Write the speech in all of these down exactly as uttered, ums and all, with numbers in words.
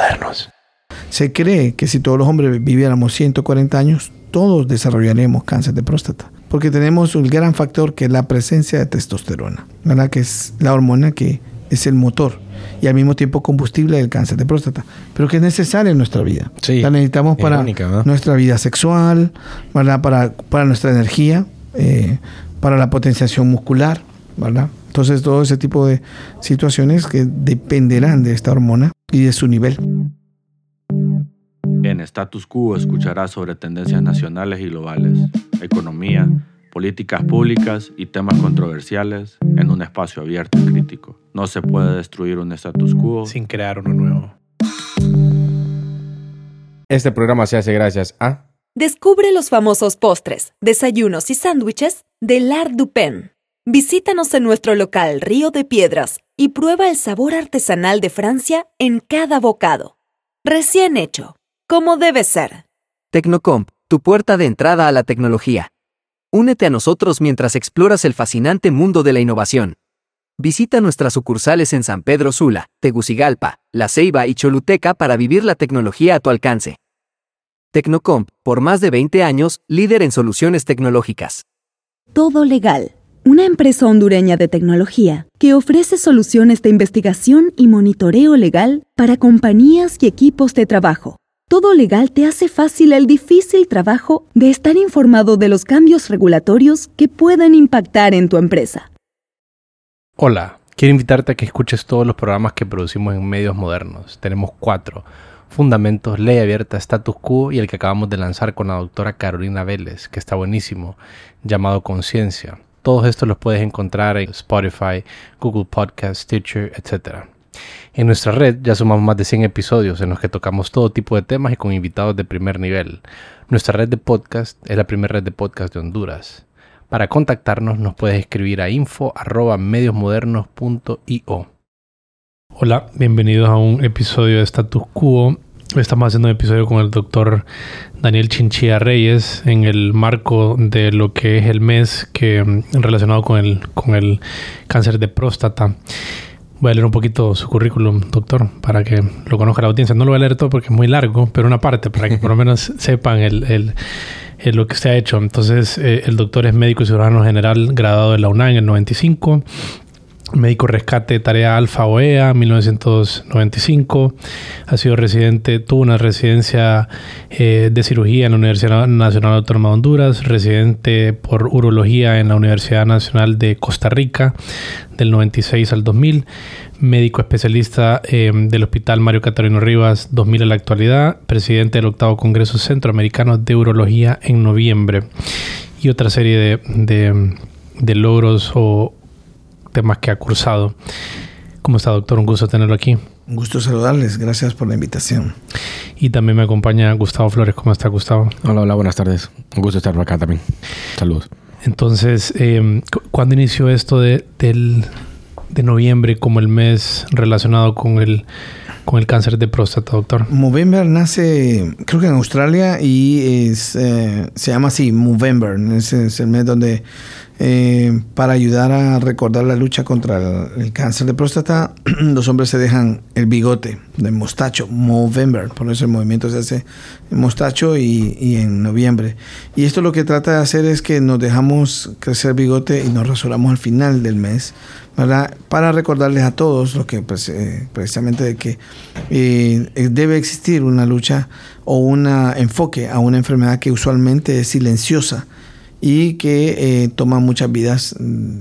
modernos. Se cree que si todos los hombres viviéramos ciento cuarenta años, todos desarrollaremos cáncer de próstata, porque tenemos un gran factor que es la presencia de testosterona, ¿verdad? Que es la hormona que es el motor y al mismo tiempo combustible del cáncer de próstata, pero que es necesaria en nuestra vida. Sí, la necesitamos para única, ¿no? nuestra vida sexual, ¿verdad? Para, para nuestra energía, eh, para la potenciación muscular, ¿verdad? Entonces todo ese tipo de situaciones que dependerán de esta hormona y de su nivel. En Status Quo escucharás sobre tendencias nacionales y globales, economía, políticas públicas y temas controversiales en un espacio abierto y crítico. No se puede destruir un status quo sin crear uno nuevo. Este programa se hace gracias a... Descubre los famosos postres, desayunos y sándwiches de L'Art du Pain. Visítanos en nuestro local Río de Piedras y prueba el sabor artesanal de Francia en cada bocado. Recién hecho, como debe ser. Tecnocomp, tu puerta de entrada a la tecnología. Únete a nosotros mientras exploras el fascinante mundo de la innovación. Visita nuestras sucursales en San Pedro Sula, Tegucigalpa, La Ceiba y Choluteca para vivir la tecnología a tu alcance. Tecnocomp, por más de veinte años, líder en soluciones tecnológicas. Todo Legal, una empresa hondureña de tecnología que ofrece soluciones de investigación y monitoreo legal para compañías y equipos de trabajo. Todo Legal te hace fácil el difícil trabajo de estar informado de los cambios regulatorios que pueden impactar en tu empresa. Hola, quiero invitarte a que escuches todos los programas que producimos en Medios Modernos. Tenemos cuatro: Fundamentos, Ley Abierta, Status Quo y el que acabamos de lanzar con la doctora Carolina Vélez, que está buenísimo, llamado Conciencia. Todos estos los puedes encontrar en Spotify, Google Podcasts, Stitcher, etcétera. En nuestra red ya sumamos más de cien episodios en los que tocamos todo tipo de temas y con invitados de primer nivel. Nuestra red de podcast es la primera red de podcast de Honduras. Para contactarnos nos puedes escribir a info arroba mediosmodernos punto io. Hola, bienvenidos a un episodio de Status Quo. Estamos haciendo un episodio con el doctor Daniel Chinchilla Reyes en el marco de lo que es el mes que relacionado con el, con el cáncer de próstata. Voy a leer un poquito su currículum, doctor, para que lo conozca la audiencia. No lo voy a leer todo porque es muy largo, pero una parte para que por lo menos sepan el, el, el, lo que usted ha hecho. Entonces, eh, el doctor es médico y cirujano general graduado de la UNAM en el noventa y cinco. Médico rescate tarea alfa O E A mil novecientos noventa y cinco. Ha sido residente, tuvo una residencia eh, de cirugía en la Universidad Nacional Autónoma de Honduras, residente por urología en la Universidad Nacional de Costa Rica del noventa y seis al dos mil, médico especialista eh, del Hospital Mario Catarino Rivas dos mil a la actualidad, presidente del octavo Congreso Centroamericano de Urología en noviembre, y otra serie de, de, de logros o temas que ha cursado. ¿Cómo está, doctor? Un gusto tenerlo aquí. Un gusto saludarles. Gracias por la invitación. Y también me acompaña Gustavo Flores. ¿Cómo está, Gustavo? Hola, hola, buenas tardes. Un gusto estar por acá también. Saludos. Entonces, eh, ¿cuándo inició esto de, del, de noviembre como el mes relacionado con el, con el cáncer de próstata, doctor? Movember nace, creo que en Australia, y es, eh, se llama así, Movember. Ese es el mes donde, eh, para ayudar a recordar la lucha contra el, el cáncer de próstata, los hombres se dejan el bigote de mostacho, Movember. Por eso el movimiento se hace en mostacho y, y en noviembre. Y esto lo que trata de hacer es que nos dejamos crecer bigote y nos rasuramos al final del mes, ¿verdad? Para recordarles a todos lo que pues, eh, precisamente de que eh, debe existir una lucha o un enfoque a una enfermedad que usualmente es silenciosa y que eh, toma muchas vidas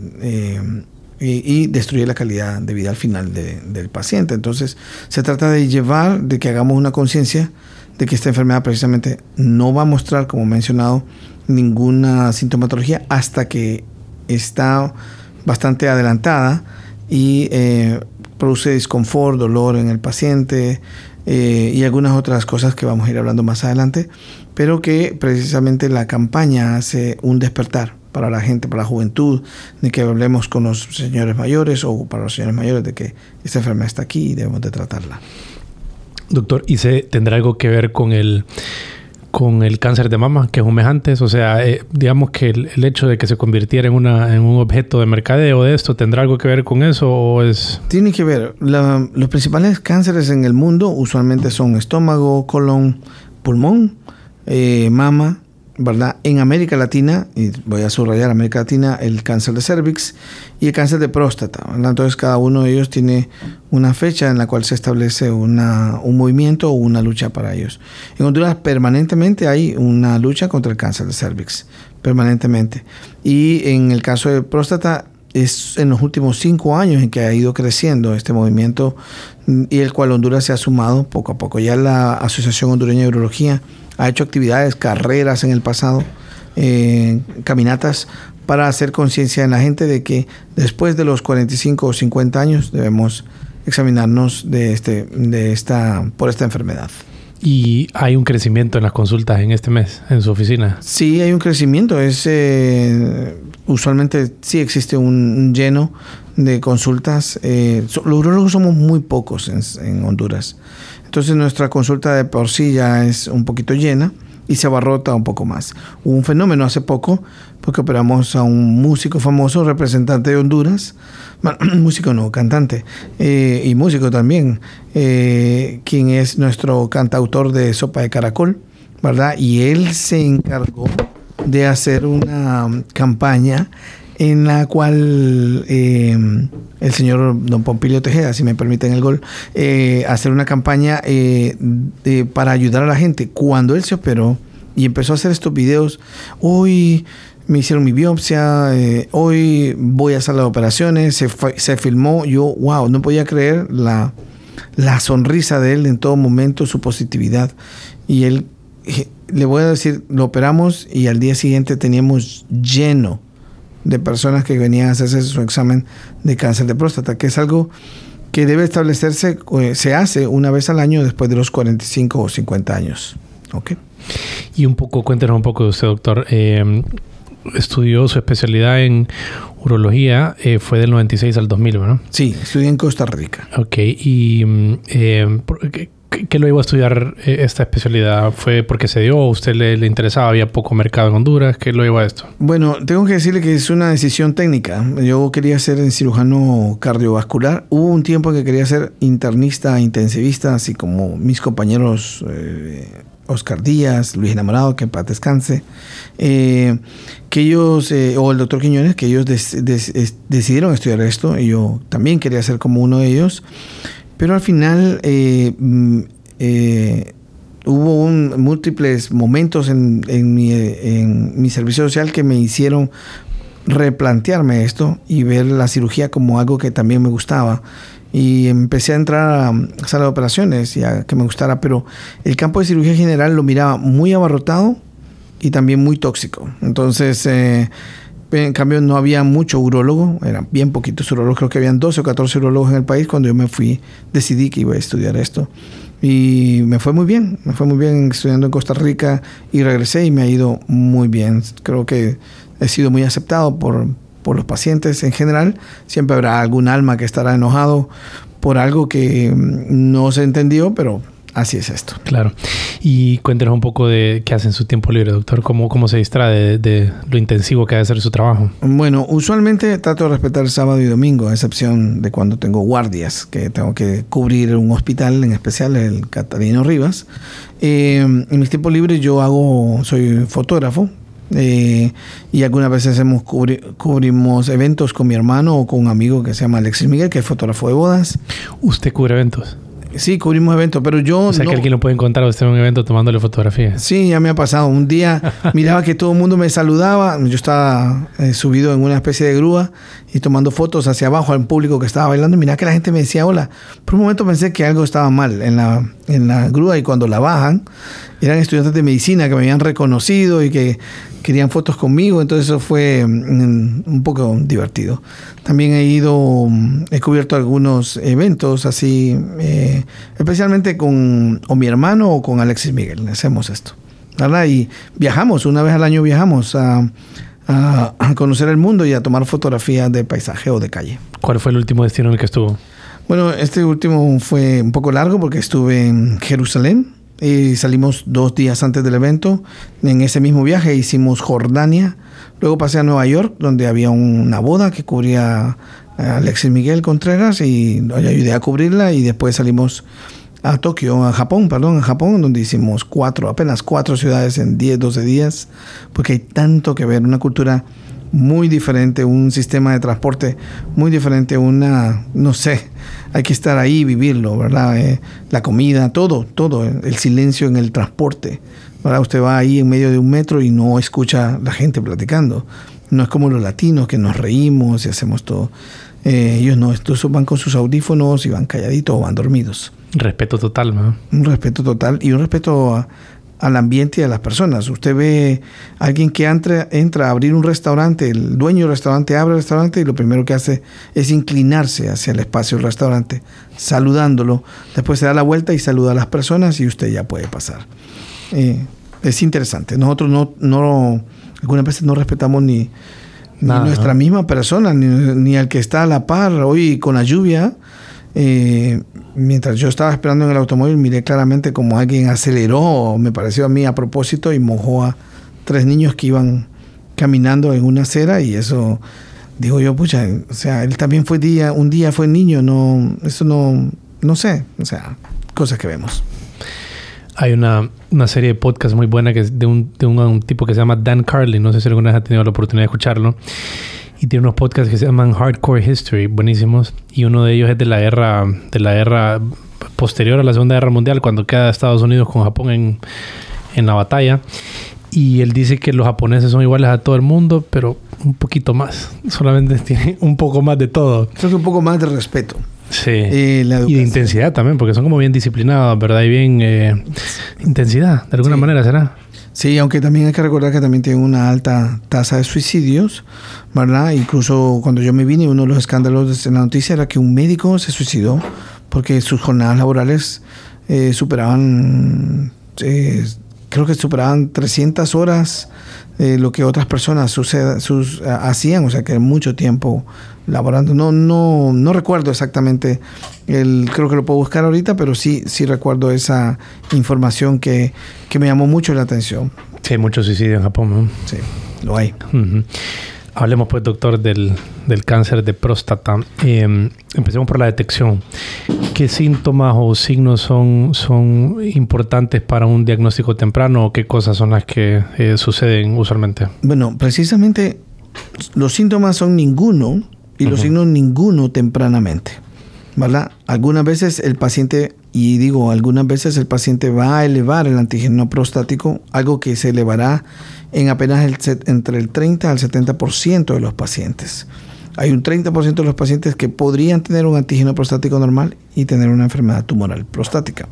eh, y, y destruye la calidad de vida al final de, del paciente. Entonces se trata de llevar, de que hagamos una conciencia de que esta enfermedad precisamente no va a mostrar, como mencionado, ninguna sintomatología hasta que está bastante adelantada y eh, produce disconfort, dolor en el paciente eh, y algunas otras cosas que vamos a ir hablando más adelante, pero que precisamente la campaña hace un despertar para la gente, para la juventud, de que hablemos con los señores mayores o para los señores mayores de que esta enfermedad está aquí y debemos de tratarla. Doctor, ¿y se tendrá algo que ver con el con el cáncer de mama, que es un mes antes. O sea, eh, digamos que el, el hecho de que se convirtiera en, una, en un objeto de mercadeo de esto, ¿tendrá algo que ver con eso o es...? Tiene que ver. La, los principales cánceres en el mundo usualmente son estómago, colon, pulmón, eh, mama, ¿verdad? En América Latina, y voy a subrayar América Latina, el cáncer de cervix y el cáncer de próstata, ¿verdad? Entonces cada uno de ellos tiene una fecha en la cual se establece una, un movimiento o una lucha para ellos. En Honduras permanentemente hay una lucha contra el cáncer de cervix, permanentemente. Y en el caso de próstata es en los últimos cinco años en que ha ido creciendo este movimiento y el cual Honduras se ha sumado poco a poco. Ya la Asociación Hondureña de Urología ha hecho actividades, carreras en el pasado, eh, caminatas, para hacer conciencia en la gente de que después de los cuarenta y cinco o cincuenta años debemos examinarnos de este, de esta, por esta enfermedad. ¿Y hay un crecimiento en las consultas en este mes, en su oficina? Sí, hay un crecimiento. Es, eh, usualmente sí existe un lleno de consultas. Eh, los urólogos somos muy pocos en, en Honduras. Entonces nuestra consulta de por sí ya es un poquito llena y se abarrota un poco más. Hubo un fenómeno hace poco porque operamos a un músico famoso, representante de Honduras, bueno, músico no, cantante, eh, y músico también, eh, quien es nuestro cantautor de Sopa de Caracol, ¿verdad? Y él se encargó de hacer una campaña en la cual eh, el señor don Pompilio Tejeda, si me permiten el gol, eh, hacer una campaña eh, de, para ayudar a la gente. Cuando él se operó y empezó a hacer estos videos, hoy me hicieron mi biopsia, eh, hoy voy a hacer las operaciones, se, se filmó, yo, wow, no podía creer la, la sonrisa de él en todo momento, su positividad. Y él, eh, le voy a decir, lo operamos y al día siguiente teníamos lleno de personas que venían a hacerse su examen de cáncer de próstata, que es algo que debe establecerse, eh, se hace una vez al año después de los cuarenta y cinco o cincuenta años. ¿Ok? Y un poco, cuéntenos un poco de usted, doctor. Eh, estudió su especialidad en urología, eh, fue del noventa y seis al dos mil, ¿no? Sí, estudié en Costa Rica. Ok, y eh, ¿qué, qué lo iba a estudiar esta especialidad? ¿Fue porque se dio o a usted le, le interesaba? ¿Había poco mercado en Honduras? ¿Qué lo iba a esto? Bueno, tengo que decirle que es una decisión técnica. Yo quería ser cirujano cardiovascular. Hubo un tiempo en que quería ser internista, intensivista, así como mis compañeros eh, Oscar Díaz, Luis Enamorado, que en paz descanse, eh, que ellos, eh, o el doctor Quiñones, que ellos des, des, des, decidieron estudiar esto, y yo también quería ser como uno de ellos, pero al final eh, eh, hubo un, múltiples momentos en, en, mi, en mi servicio social que me hicieron replantearme esto y ver la cirugía como algo que también me gustaba. Y empecé a entrar a sala de operaciones y a que me gustara, pero el campo de cirugía general lo miraba muy abarrotado y también muy tóxico. Entonces, eh, en cambio, no había mucho urólogo, eran bien poquitos urólogos, creo que habían doce o catorce urólogos en el país. Cuando yo me fui, decidí que iba a estudiar esto. Y me fue muy bien, me fue muy bien estudiando en Costa Rica y regresé y me ha ido muy bien. Creo que he sido muy aceptado por... por los pacientes en general. Siempre habrá algún alma que estará enojado por algo que no se entendió, pero así es esto. Claro. Y cuéntenos un poco de qué hace en su tiempo libre, doctor. ¿Cómo, cómo se distrae de, de lo intensivo que ha de ser su trabajo? Bueno, usualmente trato de respetar el sábado y domingo, a excepción de cuando tengo guardias, que tengo que cubrir un hospital, en especial el Catalino Rivas. Eh, en mis tiempos libres yo hago, soy fotógrafo. Eh, y algunas veces hemos cubri- cubrimos eventos con mi hermano o con un amigo que se llama Alexis Miguel, que es fotógrafo de bodas. ¿Usted cubre eventos? Sí, cubrimos eventos, pero yo O sea, no... que alguien lo puede encontrar a usted en un evento tomándole fotografías. Sí, ya me ha pasado. Un día miraba que todo el mundo me saludaba. Yo estaba eh, subido en una especie de grúa y tomando fotos hacia abajo al público que estaba bailando. Miraba que la gente me decía hola. Por un momento pensé que algo estaba mal en la, en la grúa, y cuando la bajan, eran estudiantes de medicina que me habían reconocido y que querían fotos conmigo. Entonces eso fue mm, un poco divertido. También he ido, he cubierto algunos eventos así, eh, especialmente con o mi hermano o con Alexis Miguel. Hacemos esto, ¿verdad? Y viajamos, una vez al año viajamos a, a, a conocer el mundo y a tomar fotografías de paisaje o de calle. ¿Cuál fue el último destino en el que estuvo? Bueno, este último fue un poco largo porque estuve en Jerusalén, Eh, salimos dos días antes del evento. En ese mismo viaje hicimos Jordania. Luego pasé a Nueva York, donde había una boda que cubría a Alexis Miguel Contreras y yo ayudé a cubrirla. Y después salimos a Tokio, a Japón, perdón, a Japón, donde hicimos cuatro, apenas cuatro ciudades en diez, doce días, porque hay tanto que ver, una cultura muy diferente, un sistema de transporte muy diferente, una, no sé, hay que estar ahí y vivirlo, ¿verdad? Eh, la comida, todo, todo, el silencio en el transporte, ¿verdad? Usted va ahí en medio de un metro y no escucha la gente platicando. No es como los latinos que nos reímos y hacemos todo. Eh, ellos no, estos van con sus audífonos y van calladitos o van dormidos. Respeto total, ¿no? Un respeto total y un respeto a, al ambiente y a las personas. Usted ve a alguien que entra, entra a abrir un restaurante, el dueño del restaurante abre el restaurante y lo primero que hace es inclinarse hacia el espacio del restaurante, saludándolo. Después se da la vuelta y saluda a las personas y usted ya puede pasar. Eh, es interesante. Nosotros no, no, algunas veces no respetamos ni, ni Nada, nuestra ¿no? misma persona, ni, ni al que está a la par. Hoy con la lluvia, eh, mientras yo estaba esperando en el automóvil, miré claramente como alguien aceleró, me pareció a mí a propósito, y mojó a tres niños que iban caminando en una acera. Y eso, digo yo, pucha, o sea, él también fue día, un día fue niño, no, eso no, no sé, o sea, cosas que vemos. Hay una, una serie de podcast muy buena que es de un, de un, un tipo que se llama Dan Carlin. No sé si alguna vez ha tenido la oportunidad de escucharlo. Y tiene unos podcasts que se llaman Hardcore History, buenísimos. Y uno de ellos es de la guerra, de la guerra posterior a la Segunda Guerra Mundial, cuando queda Estados Unidos con Japón en, en la batalla. Y él dice que los japoneses son iguales a todo el mundo, pero un poquito más. Solamente tienen un poco más de todo. Creo que un poco más de respeto. Sí. Eh, la y de intensidad también, porque son como bien disciplinados, ¿verdad? Y bien eh, intensidad, de alguna sí. manera, ¿será? Sí, aunque también hay que recordar que también tienen una alta tasa de suicidios, ¿verdad? Incluso cuando yo me vine, uno de los escándalos de la noticia era que un médico se suicidó porque sus jornadas laborales eh, superaban, eh, creo que superaban trescientas horas eh, lo que otras personas suceda, sus, uh, hacían, o sea que mucho tiempo laborando. No, no, no recuerdo exactamente, el, creo que lo puedo buscar ahorita, pero sí, sí recuerdo esa información que, que me llamó mucho la atención. Sí, hay mucho suicidio en Japón, ¿no? Sí, lo hay. Uh-huh. Hablemos pues, doctor, del, del cáncer de próstata. Eh, empecemos por la detección. ¿Qué síntomas o signos son, son importantes para un diagnóstico temprano o qué cosas son las que eh, suceden usualmente? Bueno, precisamente los síntomas son ninguno y los uh-huh. signos ninguno tempranamente, ¿verdad? Algunas veces el paciente, y digo algunas veces el paciente va a elevar el antígeno prostático, algo que se elevará en apenas el, entre el treinta al setenta por ciento de los pacientes. Hay un treinta por ciento de los pacientes que podrían tener un antígeno prostático normal y tener una enfermedad tumoral prostática.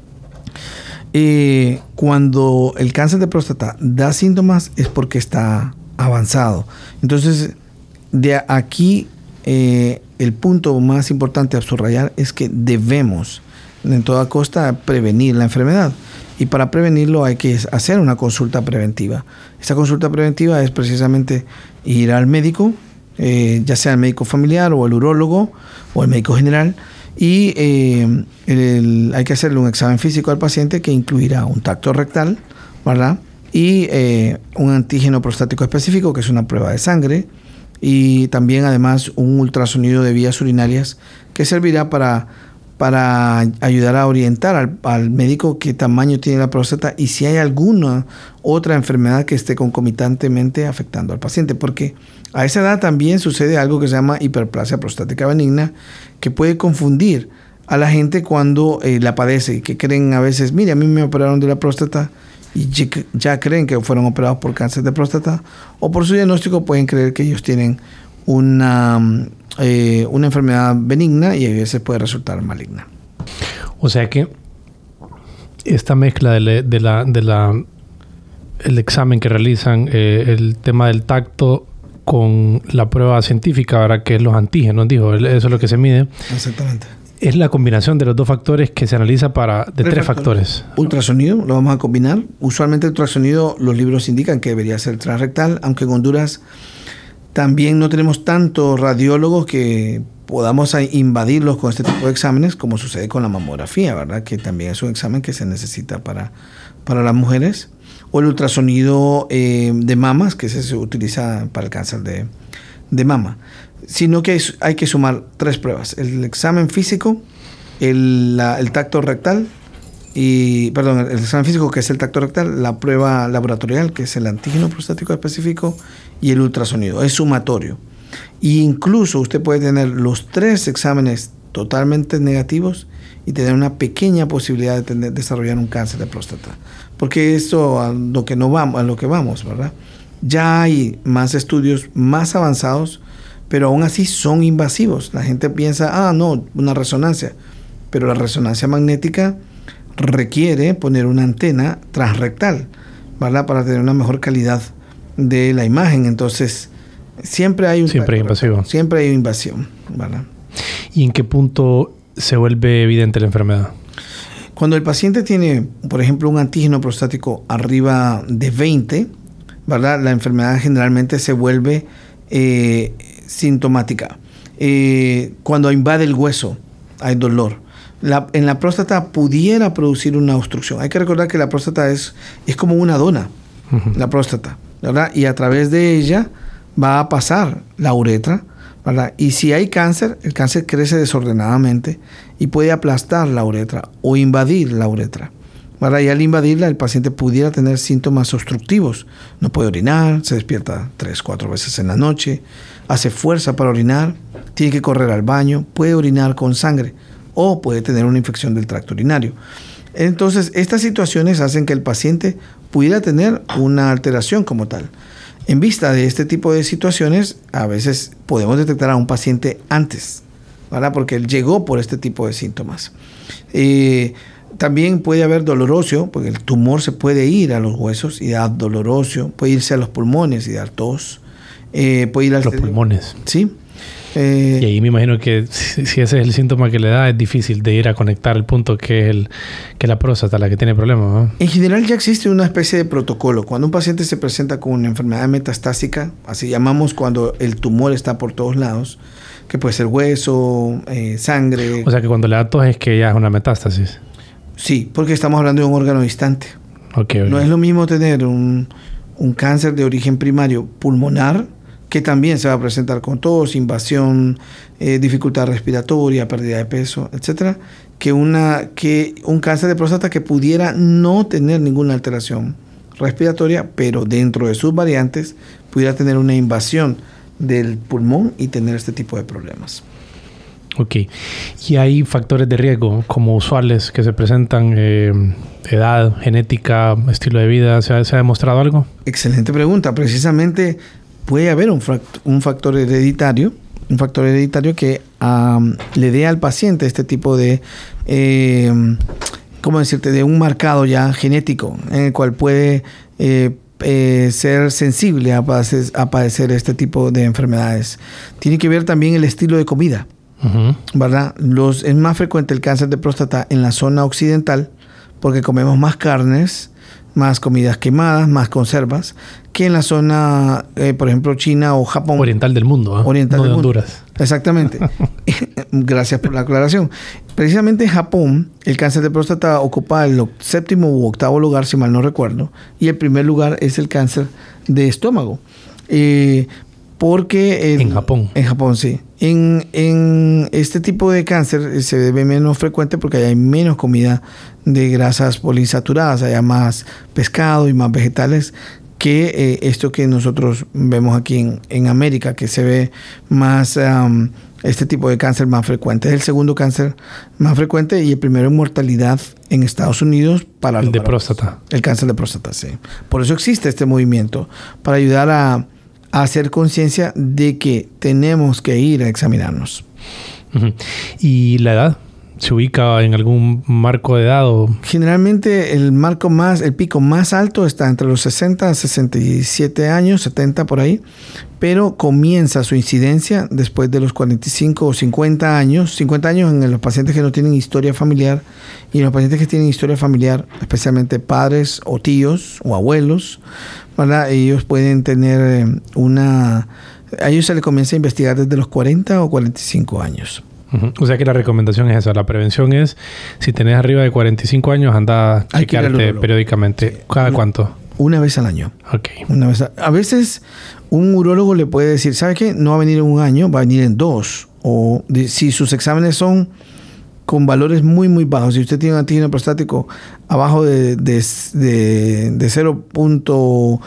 Eh, cuando el cáncer de próstata da síntomas es porque está avanzado. Entonces, de aquí eh, el punto más importante a subrayar es que debemos en toda costa prevenir la enfermedad. Y para prevenirlo hay que hacer una consulta preventiva. Esta consulta preventiva es precisamente ir al médico, eh, ya sea el médico familiar o el urólogo o el médico general, y eh, el, el, hay que hacerle un examen físico al paciente que incluirá un tacto rectal, ¿verdad? Y eh, un antígeno prostático específico, que es una prueba de sangre, y también además un ultrasonido de vías urinarias que servirá para para ayudar a orientar al, al médico qué tamaño tiene la próstata y si hay alguna otra enfermedad que esté concomitantemente afectando al paciente, porque a esa edad también sucede algo que se llama hiperplasia prostática benigna, que puede confundir a la gente cuando eh, la padece y que creen a veces, mire, a mí me operaron de la próstata y ya creen que fueron operados por cáncer de próstata, o por su diagnóstico pueden creer que ellos tienen una... Eh, una enfermedad benigna y a veces puede resultar maligna. O sea que esta mezcla de la, de la, de la el examen que realizan, eh, el tema del tacto con la prueba científica, ¿verdad? Que es los antígenos, dijo, eso es lo que se mide. Exactamente. Es la combinación de los dos factores que se analiza para de tres, tres factores. factores. Ultrasonido, lo vamos a combinar. Usualmente el ultrasonido, los libros indican que debería ser transrectal, aunque en Honduras También no tenemos tantos radiólogos que podamos invadirlos con este tipo de exámenes, como sucede con la mamografía, ¿verdad? Que también es un examen que se necesita para, para las mujeres. O el ultrasonido eh, de mamas, que se utiliza para el cáncer de, de mama. Sino que es, hay que sumar tres pruebas. El examen físico, el, la, el tacto rectal, y, perdón, el examen físico, que es el tacto rectal, la prueba laboratorial, que es el antígeno prostático específico, y el ultrasonido. Es sumatorio. E incluso usted puede tener los tres exámenes totalmente negativos y tener una pequeña posibilidad de tener, desarrollar un cáncer de próstata. Porque esto a lo que no vamos, a lo que vamos, ¿verdad? Ya hay más estudios más avanzados, pero aún así son invasivos. La gente piensa, ah, no, una resonancia. Pero la resonancia magnética requiere poner una antena transrectal, ¿verdad? Para tener una mejor calidad de la imagen. Entonces, siempre hay un siempre hay invasivo. Siempre hay invasión, ¿verdad? ¿Y en qué punto se vuelve evidente la enfermedad? Cuando el paciente tiene, por ejemplo, un antígeno prostático arriba de veinte, ¿verdad? La enfermedad generalmente se vuelve eh, sintomática. Eh, cuando invade el hueso, hay dolor. La, en la próstata pudiera producir una obstrucción. Hay que recordar que la próstata es, es como una dona, uh-huh. La próstata, ¿verdad? Y a través de ella va a pasar la uretra, ¿verdad? Y si hay cáncer, el cáncer crece desordenadamente y puede aplastar la uretra o invadir la uretra, ¿verdad? Y al invadirla, el paciente pudiera tener síntomas obstructivos. No puede orinar, se despierta tres, cuatro veces en la noche, hace fuerza para orinar, tiene que correr al baño, puede orinar con sangre o puede tener una infección del tracto urinario. Entonces, estas situaciones hacen que el paciente pudiera tener una alteración como tal. En vista de este tipo de situaciones, a veces podemos detectar a un paciente antes, ¿verdad? Porque él llegó por este tipo de síntomas. Eh, también puede haber dolor óseo, porque el tumor se puede ir a los huesos y dar dolor óseo, puede irse a los pulmones y dar tos. Eh, puede ir al los cerebro. Pulmones. Sí. Eh, y ahí me imagino que si, si ese es el síntoma que le da, es difícil de ir a conectar el punto que es el, que la próstata la que tiene problemas, ¿no? En general ya existe una especie de protocolo. Cuando un paciente se presenta con una enfermedad metastásica, así llamamos cuando el tumor está por todos lados, que puede ser hueso, eh, sangre. O sea que cuando le da tos es que ya es una metástasis. Sí, porque estamos hablando de un órgano distante. Okay, okay. No es lo mismo tener un, un cáncer de origen primario pulmonar, que también se va a presentar con tos, invasión, eh, dificultad respiratoria, pérdida de peso, etcétera, que, una, que un cáncer de próstata que pudiera no tener ninguna alteración respiratoria, pero dentro de sus variantes pudiera tener una invasión del pulmón y tener este tipo de problemas. Ok. ¿Y hay factores de riesgo como usuales que se presentan? Eh, edad, genética, estilo de vida, ¿se ha, ¿se ha demostrado algo? Excelente pregunta. Precisamente puede haber un, un factor hereditario, un factor hereditario que um, le dé al paciente este tipo de, eh, ¿cómo decirte?, de un marcado ya genético en el cual puede eh, eh, ser sensible a padecer, a padecer este tipo de enfermedades. Tiene que ver también el estilo de comida, uh-huh. ¿verdad? Los, es más frecuente el cáncer de próstata en la zona occidental porque comemos más carnes, más comidas quemadas, más conservas, que en la zona, eh, por ejemplo, China o Japón. Oriental del mundo, ¿eh? Oriental no del de mundo. Honduras. Exactamente. Gracias por la aclaración. Precisamente en Japón, el cáncer de próstata ocupa el séptimo u octavo lugar, si mal no recuerdo, y el primer lugar es el cáncer de estómago. Eh, porque... El, en Japón. En Japón, sí. En, en este tipo de cáncer se ve menos frecuente porque hay menos comida de grasas poliinsaturadas, hay más pescado y más vegetales que eh, esto que nosotros vemos aquí en, en América, que se ve más um, este tipo de cáncer más frecuente. Es el segundo cáncer más frecuente y el primero en mortalidad en Estados Unidos para el de para próstata. El cáncer de próstata, sí. Por eso existe este movimiento, para ayudar a, a hacer conciencia de que tenemos que ir a examinarnos. Uh-huh. ¿Y la edad? ¿Se ubica en algún marco de edad? O? Generalmente el marco más, el pico más alto está entre los sesenta a sesenta y siete años, setenta por ahí, pero comienza su incidencia después de los cuarenta y cinco o cincuenta años, cincuenta años en los pacientes que no tienen historia familiar, y en los pacientes que tienen historia familiar, especialmente padres o tíos o abuelos, ¿verdad? Ellos pueden tener una a ellos se les comienza a investigar desde los cuarenta o cuarenta y cinco años. Uh-huh. O sea que la recomendación es esa. La prevención es, si tenés arriba de cuarenta y cinco años, anda a chequearte periódicamente. Sí. ¿Cada una, cuánto? Una vez al año. Ok. Una vez a, a veces un urólogo le puede decir, ¿sabe qué? No va a venir en un año, va a venir en dos. O de, si sus exámenes son con valores muy, muy bajos. Si usted tiene un antígeno prostático abajo de, de, de, de cero punto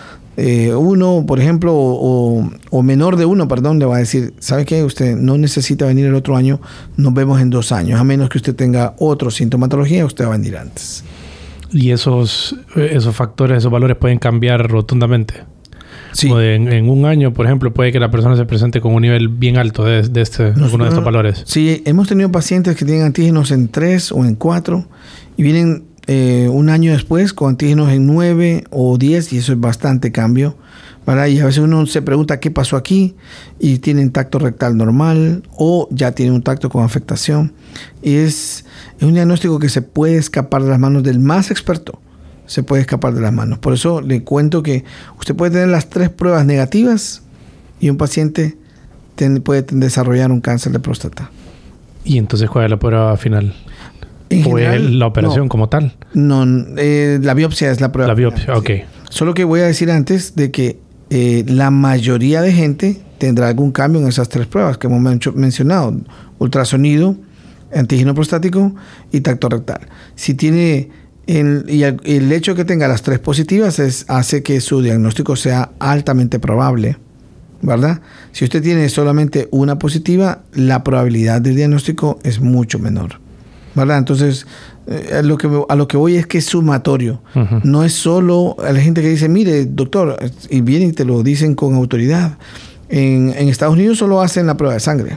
uno, por ejemplo, o, o menor de uno, perdón, le va a decir, ¿sabe qué? Usted no necesita venir el otro año, nos vemos en dos años, a menos que usted tenga otra sintomatología, usted va a venir antes. ¿Y esos, esos factores, esos valores pueden cambiar rotundamente? Sí. Como de, en, en un año, por ejemplo, puede que la persona se presente con un nivel bien alto de, de este, Nosotros, alguno de estos valores. Sí, hemos tenido pacientes que tienen antígenos en tres o en cuatro y vienen eh, un año después con antígenos en nueve o diez, y eso es bastante cambio, ¿verdad? Y a veces uno se pregunta qué pasó aquí, y tienen tacto rectal normal o ya tienen un tacto con afectación. Y es, es un diagnóstico que se puede escapar de las manos del más experto. Se puede escapar de las manos. Por eso le cuento que usted puede tener las tres pruebas negativas y un paciente ten, puede desarrollar un cáncer de próstata. ¿Y entonces cuál es la prueba final? En ¿O general, es la operación no, como tal? No, eh, la biopsia es la prueba La biopsia, final, ok. Sí. Solo que voy a decir antes de que eh, la mayoría de gente tendrá algún cambio en esas tres pruebas que hemos men- mencionado. Ultrasonido, antígeno prostático y tacto rectal. Si tiene... El, y el, el hecho de que tenga las tres positivas es, hace que su diagnóstico sea altamente probable, ¿verdad? Si usted tiene solamente una positiva, la probabilidad del diagnóstico es mucho menor, ¿verdad? Entonces, eh, a, lo que, a lo que voy es que es sumatorio. Uh-huh. No es solo a la gente que dice, mire, doctor, y vienen y te lo dicen con autoridad. En, en Estados Unidos solo hacen la prueba de sangre.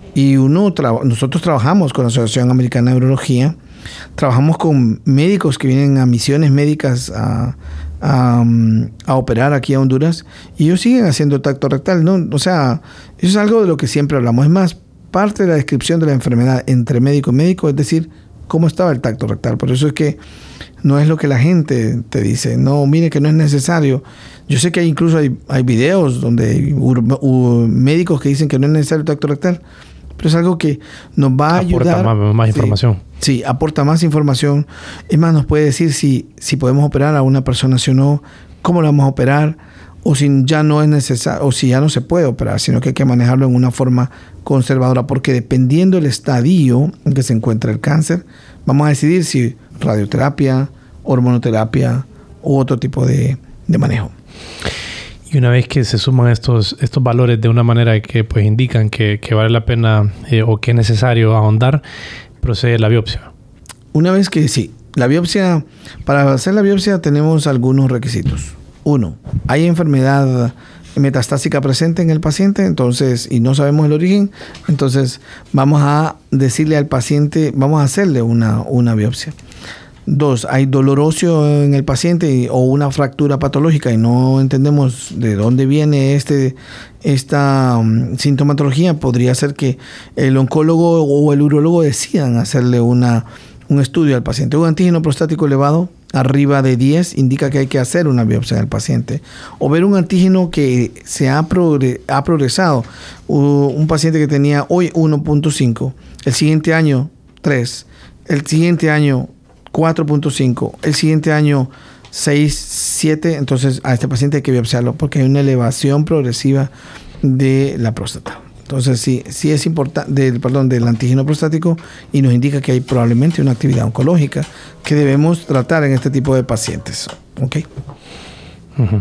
Y uno tra- nosotros trabajamos con la Asociación Americana de Urología. Trabajamos con médicos que vienen a misiones médicas a, a, a operar aquí a Honduras, y ellos siguen haciendo tacto rectal, ¿no? O sea, eso es algo de lo que siempre hablamos. Es más, parte de la descripción de la enfermedad entre médico y médico, es decir, cómo estaba el tacto rectal. Por eso es que no es lo que la gente te dice. No, mire que no es necesario. Yo sé que hay, incluso hay, hay videos donde hay ur, ur, médicos que dicen que no es necesario el tacto rectal, pero es algo que nos va a aporta ayudar. Más, más información. Sí, sí, aporta más información. Es más, nos puede decir si, si podemos operar a una persona, si o no, cómo la vamos a operar, o si ya no es necesario, o si ya no se puede operar, sino que hay que manejarlo en una forma conservadora, porque dependiendo del estadio en que se encuentra el cáncer, vamos a decidir si radioterapia, hormonoterapia u otro tipo de, de manejo. Y una vez que se suman estos, estos valores de una manera que pues indican que, que vale la pena eh, o que es necesario ahondar, procede la biopsia. Una vez que sí, la biopsia, para hacer la biopsia tenemos algunos requisitos. Uno, hay enfermedad metastásica presente en el paciente, entonces, y no sabemos el origen, entonces vamos a decirle al paciente, vamos a hacerle una, una biopsia. Dos, hay dolor óseo en el paciente o una fractura patológica y no entendemos de dónde viene este, esta um, sintomatología. Podría ser que el oncólogo o el urólogo decidan hacerle una, un estudio al paciente. Un antígeno prostático elevado arriba de diez indica que hay que hacer una biopsia en el paciente. O ver un antígeno que se ha, progre, ha progresado. Uh, un paciente que tenía hoy uno punto cinco, el siguiente año tres, el siguiente año cuatro punto cinco, el siguiente año seis, siete, entonces a este paciente hay que biopsiarlo porque hay una elevación progresiva de la próstata. Entonces sí, sí es importante, del, perdón, del antígeno prostático, y nos indica que hay probablemente una actividad oncológica que debemos tratar en este tipo de pacientes. ¿Ok? Uh-huh.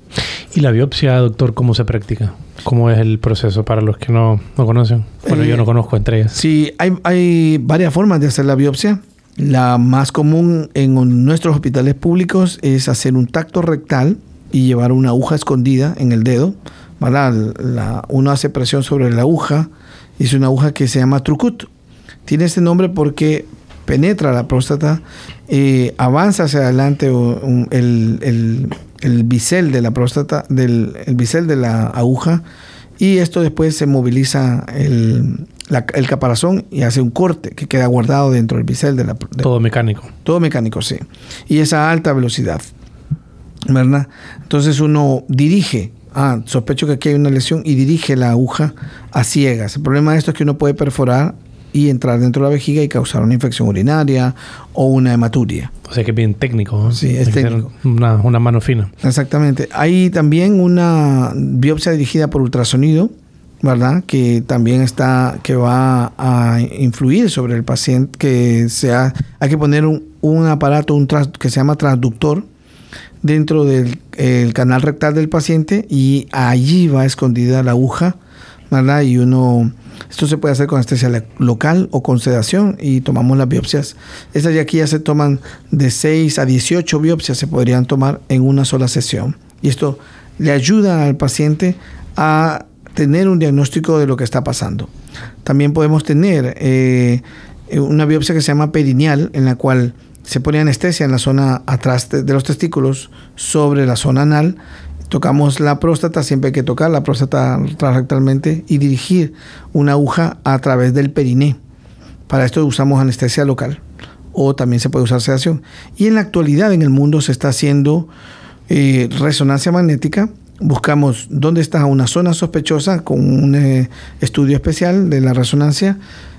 ¿Y la biopsia, doctor, cómo se practica? ¿Cómo es el proceso para los que no, no conocen? Bueno, eh, yo no conozco entre ellas. Sí, hay, hay varias formas de hacer la biopsia. La más común en nuestros hospitales públicos es hacer un tacto rectal y llevar una aguja escondida en el dedo, ¿verdad? La, uno hace presión sobre la aguja, y es una aguja que se llama trucut. Tiene este nombre porque penetra la próstata, eh, avanza hacia adelante un, el, el, el bisel de la próstata, del, el bisel de la aguja, y esto después se moviliza el, la, el caparazón y hace un corte que queda guardado dentro del bisel de la... De, todo mecánico. Todo mecánico, sí. Y es a alta velocidad, ¿verdad? Entonces uno dirige ah, sospecho que aquí hay una lesión y dirige la aguja a ciegas. El problema de esto es que uno puede perforar y entrar dentro de la vejiga y causar una infección urinaria o una hematuria. O sea que es bien técnico, ¿no? Sí, es técnico. Una, una mano fina. Exactamente. Hay también una biopsia dirigida por ultrasonido, ¿verdad? Que también está, que va a influir sobre el paciente, que sea, hay que poner un, un aparato un tras, que se llama transductor dentro del el canal rectal del paciente y allí va escondida la aguja, ¿verdad? Y uno, esto se puede hacer con anestesia local o con sedación y tomamos las biopsias. Estas de aquí ya se toman de seis a dieciocho biopsias, se podrían tomar en una sola sesión. Y esto le ayuda al paciente a tener un diagnóstico de lo que está pasando. También podemos tener eh, una biopsia que se llama perineal, en la cual se pone anestesia en la zona atrás de, de los testículos sobre la zona anal. Tocamos la próstata, siempre hay que tocar la próstata transrectalmente y dirigir una aguja a través del periné. Para esto usamos anestesia local o también se puede usar sedación. Y en la actualidad en el mundo se está haciendo eh, resonancia magnética. Buscamos dónde está una zona sospechosa con un eh, estudio especial de la resonancia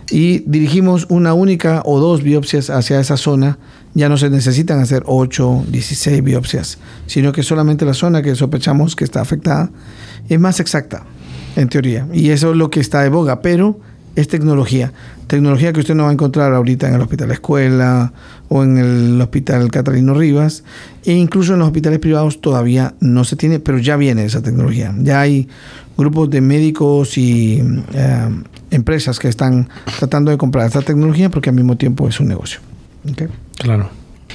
y dirigimos una única o dos biopsias hacia esa zona. Ya no se necesitan hacer ocho, dieciséis biopsias, sino que solamente la zona que sospechamos que está afectada es más exacta, en teoría. Y eso es lo que está de boga, pero es tecnología. Tecnología que usted no va a encontrar ahorita en el Hospital Escuela o en el Hospital Catalino Rivas, e incluso en los hospitales privados todavía no se tiene, pero ya viene esa tecnología. Ya hay grupos de médicos y eh, empresas que están tratando de comprar esta tecnología porque al mismo tiempo es un negocio. ¿Okay? Claro.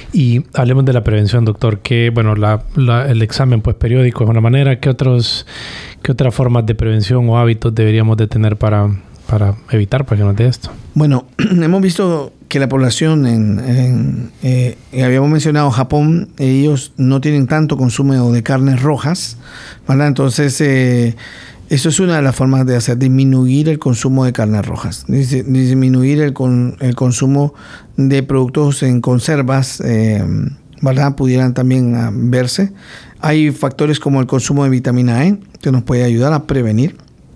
Y hablemos de la prevención, doctor. Que bueno, la, la, el examen pues periódico es una manera. ¿Qué otros, qué otras formas de prevención o hábitos deberíamos de tener para para evitar pues, que nos dé esto? Bueno, hemos visto que la población en, en eh, habíamos mencionado Japón, ellos no tienen tanto consumo de carnes rojas, ¿verdad? Entonces eh, eso es una de las formas de hacer, disminuir el consumo de carnes rojas, disminuir el, con, el consumo de productos en conservas, eh, ¿verdad? Pudieran también uh, verse. Hay factores como el consumo de vitamina E que nos puede ayudar a prevenir.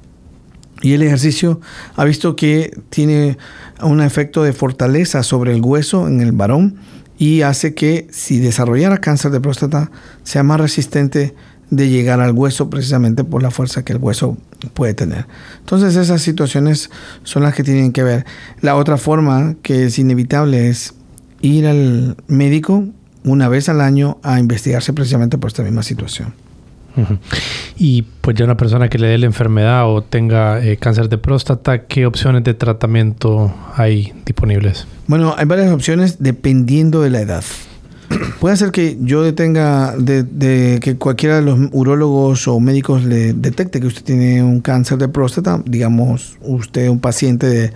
Y el ejercicio ha visto que tiene un efecto de fortaleza sobre el hueso en el varón y hace que si desarrollara cáncer de próstata sea más resistente de llegar al hueso precisamente por la fuerza que el hueso puede tener. Entonces esas situaciones son las que tienen que ver. La otra forma que es inevitable es ir al médico una vez al año a investigarse precisamente por esta misma situación. Uh-huh. Y pues ya una persona que le dé la enfermedad o tenga eh, cáncer de próstata, ¿qué opciones de tratamiento hay disponibles? Bueno, hay varias opciones dependiendo de la edad. Puede ser que yo tenga, de, de que cualquiera de los urólogos o médicos le detecte que usted tiene un cáncer de próstata, digamos, usted un paciente de,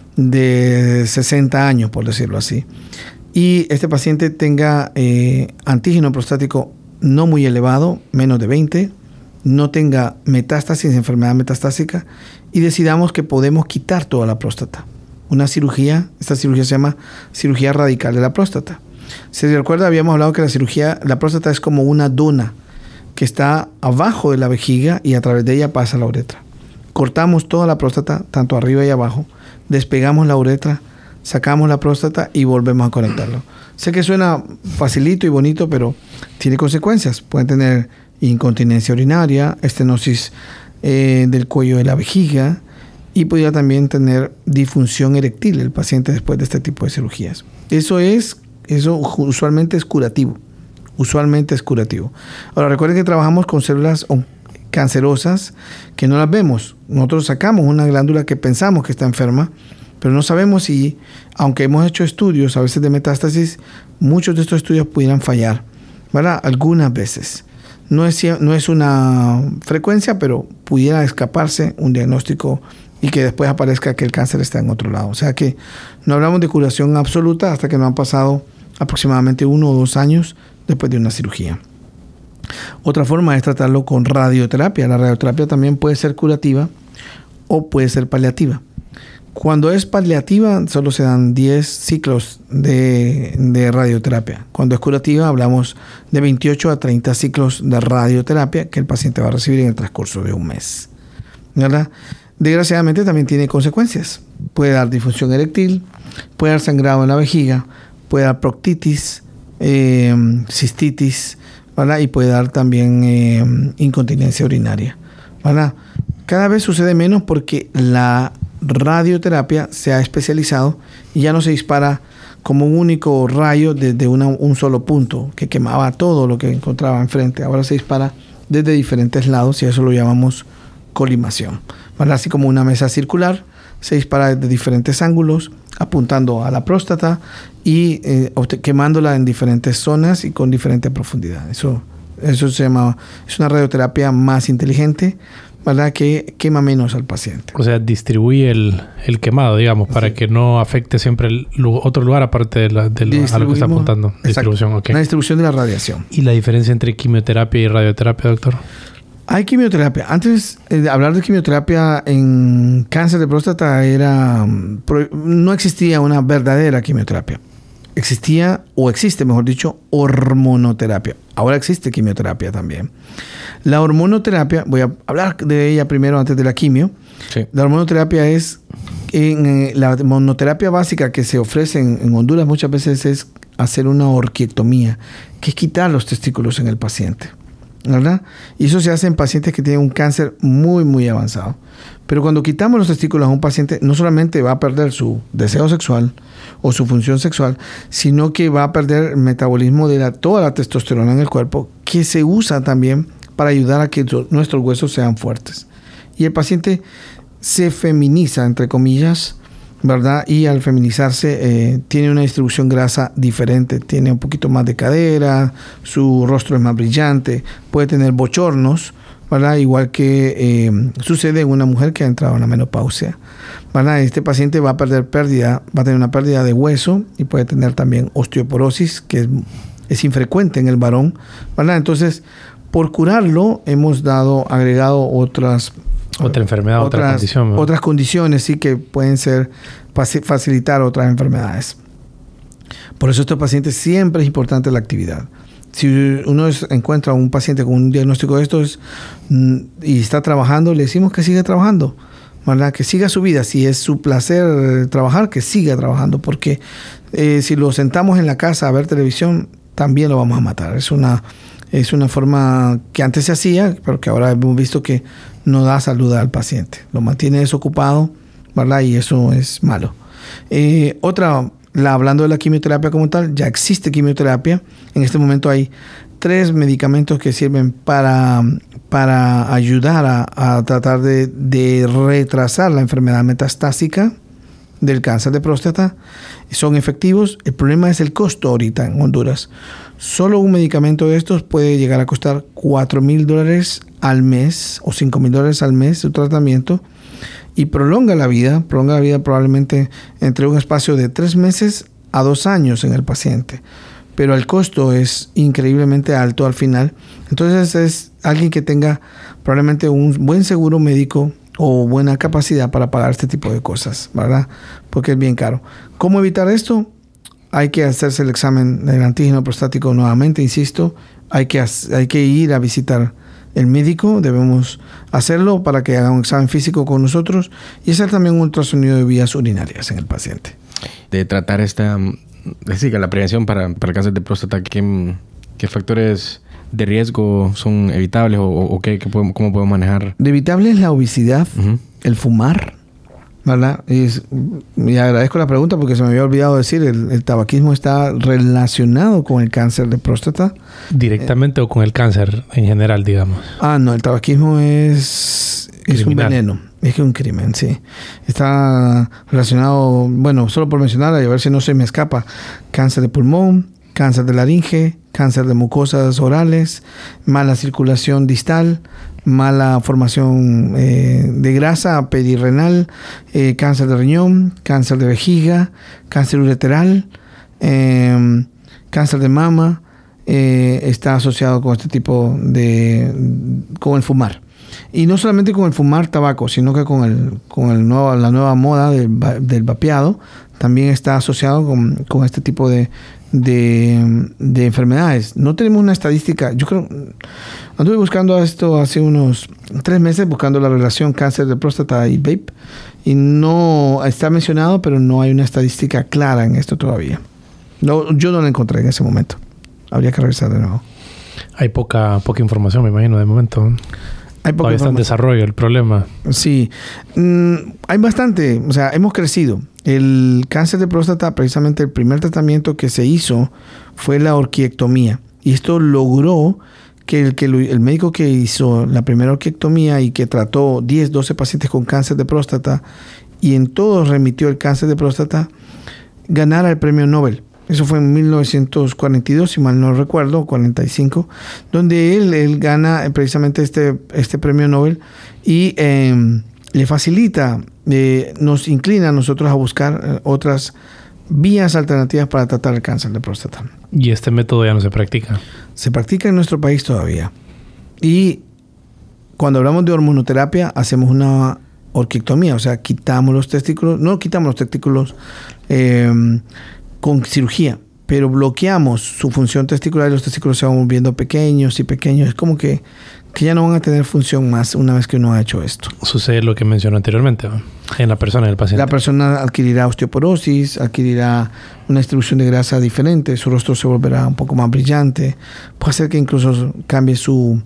de sesenta años, por decirlo así, y este paciente tenga eh, antígeno prostático no muy elevado, menos de veinte, no tenga metástasis, enfermedad metastásica, y decidamos que podemos quitar toda la próstata. Una cirugía, esta cirugía se llama cirugía radical de la próstata. Si se recuerda, habíamos hablado que la cirugía, la próstata es como una dona que está abajo de la vejiga y a través de ella pasa la uretra. Cortamos toda la próstata, tanto arriba y abajo, despegamos la uretra, sacamos la próstata y volvemos a conectarlo. Sé que suena facilito y bonito, pero tiene consecuencias. Pueden tener incontinencia urinaria, estenosis eh, del cuello de la vejiga y podría también tener disfunción eréctil el paciente después de este tipo de cirugías. Eso es, eso usualmente es curativo. Usualmente es curativo. Ahora recuerden que trabajamos con células cancerosas que no las vemos. Nosotros sacamos una glándula que pensamos que está enferma, pero no sabemos si, aunque hemos hecho estudios a veces de metástasis, muchos de estos estudios pudieran fallar, ¿verdad? Algunas veces. No es, no es una frecuencia, pero pudiera escaparse un diagnóstico y que después aparezca que el cáncer está en otro lado. O sea que no hablamos de curación absoluta hasta que no han pasado aproximadamente uno o dos años después de una cirugía. Otra forma es tratarlo con radioterapia. La radioterapia también puede ser curativa o puede ser paliativa. Cuando es paliativa, solo se dan diez ciclos de, de radioterapia. Cuando es curativa, hablamos de veintiocho a treinta ciclos de radioterapia que el paciente va a recibir en el transcurso de un mes, ¿verdad? Desgraciadamente también tiene consecuencias. Puede dar disfunción eréctil, puede dar sangrado en la vejiga, puede dar proctitis, eh, cistitis, ¿verdad? Y puede dar también eh, incontinencia urinaria, ¿verdad? Cada vez sucede menos porque la radioterapia se ha especializado y ya no se dispara como un único rayo desde una, un solo punto que quemaba todo lo que encontraba enfrente. Ahora se dispara desde diferentes lados y eso lo llamamos colimación, ¿verdad? Así como una mesa circular, se dispara desde diferentes ángulos, apuntando a la próstata y eh, quemándola en diferentes zonas y con diferente profundidad. Eso, eso se llama, es una radioterapia más inteligente, ¿verdad? Que quema menos al paciente. O sea, distribuye el, el quemado, digamos, para sí. que no afecte siempre el, otro lugar aparte de, la, de lo, a lo que está apuntando. Exacto. Distribución, okay. La distribución de la radiación. ¿Y la diferencia entre quimioterapia y radioterapia, doctor? Hay quimioterapia. Antes eh, de hablar de quimioterapia en cáncer de próstata era no existía una verdadera quimioterapia. Existía, o existe, mejor dicho, hormonoterapia. Ahora existe quimioterapia también. La hormonoterapia, voy a hablar de ella primero antes de la quimio. Sí. La hormonoterapia es, en, eh, la hormonoterapia básica que se ofrece en, en Honduras muchas veces es hacer una orquiectomía, que es quitar los testículos en el paciente, ¿verdad? Y eso se hace en pacientes que tienen un cáncer muy, muy avanzado. Pero cuando quitamos los testículos a un paciente, no solamente va a perder su deseo sexual o su función sexual, sino que va a perder el metabolismo de la, toda la testosterona en el cuerpo, que se usa también para ayudar a que nuestros huesos sean fuertes. Y el paciente se feminiza, entre comillas, ¿verdad? Y al feminizarse eh, tiene una distribución grasa diferente, tiene un poquito más de cadera, su rostro es más brillante, puede tener bochornos, ¿verdad? Igual que eh, sucede en una mujer que ha entrado en la menopausia, ¿verdad? Este paciente va a perder pérdida, va a tener una pérdida de hueso y puede tener también osteoporosis, que es, es infrecuente en el varón, ¿verdad? Entonces, por curarlo, hemos dado, agregado otras Otra enfermedad, otras, otra condición. ¿no? Otras condiciones, sí, que pueden ser facilitar otras enfermedades. Por eso estos pacientes siempre es importante la actividad. Si uno es, encuentra a un paciente con un diagnóstico de estos y está trabajando, le decimos que siga trabajando, ¿verdad? Que siga su vida. Si es su placer trabajar, que siga trabajando, porque eh, si lo sentamos en la casa a ver televisión, también lo vamos a matar. Es una, es una forma que antes se hacía, pero que ahora hemos visto que no da salud al paciente. Lo mantiene desocupado, ¿verdad? Y eso es malo. Eh, otra... La, hablando de la quimioterapia como tal, ya existe quimioterapia. En este momento hay tres medicamentos que sirven para, para ayudar a, a tratar de, de retrasar la enfermedad metastásica del cáncer de próstata. Son efectivos. El problema es el costo ahorita en Honduras. Solo un medicamento de estos puede llegar a costar cuatro mil dólares al mes o cinco mil dólares al mes de tratamiento. Y prolonga la vida, prolonga la vida probablemente entre un espacio de tres meses a dos años en el paciente. Pero el costo es increíblemente alto al final. Entonces es alguien que tenga probablemente un buen seguro médico o buena capacidad para pagar este tipo de cosas, ¿verdad? Porque es bien caro. ¿Cómo evitar esto? Hay que hacerse el examen del antígeno prostático nuevamente, insisto. Hay que, hay que ir a visitar el médico, debemos hacerlo para que haga un examen físico con nosotros y hacer también un ultrasonido de vías urinarias en el paciente. De tratar esta, es decir, la prevención para, para el cáncer de próstata, ¿qué, qué factores de riesgo son evitables o, o qué, qué podemos, cómo podemos manejar? De evitable es la obesidad, uh-huh. el fumar, ¿verdad? Y, y agradezco la pregunta porque se me había olvidado decir, el, el tabaquismo está relacionado con el cáncer de próstata. ¿Directamente eh, o con el cáncer en general, digamos? Ah, no, el tabaquismo es, es un veneno, es un crimen, sí. Está relacionado, bueno, solo por mencionar, a ver si no se me escapa, cáncer de pulmón, cáncer de laringe, cáncer de mucosas orales, mala circulación distal, mala formación eh, de grasa perirrenal, eh, cáncer de riñón, cáncer de vejiga, cáncer ureteral, eh, cáncer de mama, eh, está asociado con este tipo de, con el fumar. Y no solamente con el fumar tabaco, sino que con, el, con el nuevo, la nueva moda del, del vapeado, también está asociado con, con este tipo de, de, de enfermedades. No tenemos una estadística. Yo creo, anduve buscando esto hace unos tres meses, buscando la relación cáncer de próstata y vape, y no está mencionado, pero no hay una estadística clara en esto todavía. No, yo no la encontré en ese momento. Habría que revisar de nuevo. Hay poca, poca información, me imagino, de momento. Hay poca Todavía está en desarrollo el problema. Sí. Mm, hay bastante. O sea, hemos crecido. El cáncer de próstata, precisamente el primer tratamiento que se hizo fue la orquiectomía. Y esto logró que el, que lo, el médico que hizo la primera orquiectomía y que trató diez, doce pacientes con cáncer de próstata y en todos remitió el cáncer de próstata, ganara el premio Nobel. Eso fue en mil novecientos cuarenta y dos, si mal no recuerdo, cuarenta y cinco, donde él, él gana precisamente este, este premio Nobel y eh, le facilita, eh, nos inclina a nosotros a buscar eh, otras vías alternativas para tratar el cáncer de próstata. ¿Y este método ya no se practica? Se practica en nuestro país todavía. Y cuando hablamos de hormonoterapia, hacemos una orquiectomía, o sea, quitamos los testículos, no quitamos los testículos eh, con cirugía, pero bloqueamos su función testicular y los testículos se van volviendo pequeños y pequeños. Es como que, que ya no van a tener función más una vez que uno ha hecho esto. Sucede lo que mencionó anteriormente, ¿no? En la persona, en el paciente. La persona adquirirá osteoporosis, adquirirá una distribución de grasa diferente, su rostro se volverá un poco más brillante, puede ser que incluso cambie su,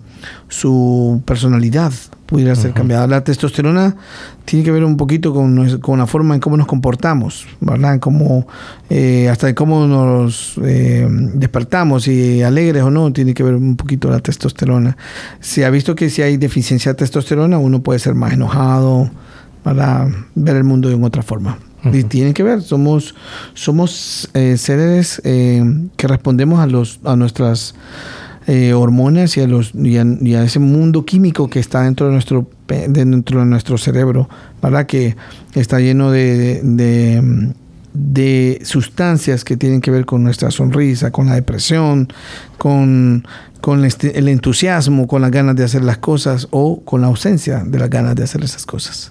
su personalidad, pudiera ser uh-huh. cambiada. La testosterona tiene que ver un poquito con, con la forma en cómo nos comportamos, ¿verdad? En cómo, eh, hasta de cómo nos eh, despertamos, si alegres o no, tiene que ver un poquito la testosterona. Se ha visto que si hay deficiencia de testosterona, uno puede ser más enojado, para ver el mundo de otra forma. Uh-huh. Y tienen que ver, somos, somos eh, seres eh, que respondemos a, los, a nuestras eh, hormonas y a, los, y, a, y a ese mundo químico que está dentro de nuestro, de, dentro de nuestro cerebro, ¿verdad? Que está lleno de, de, de, de sustancias que tienen que ver con nuestra sonrisa, con la depresión, con, con este, el entusiasmo, con las ganas de hacer las cosas o con la ausencia de las ganas de hacer esas cosas.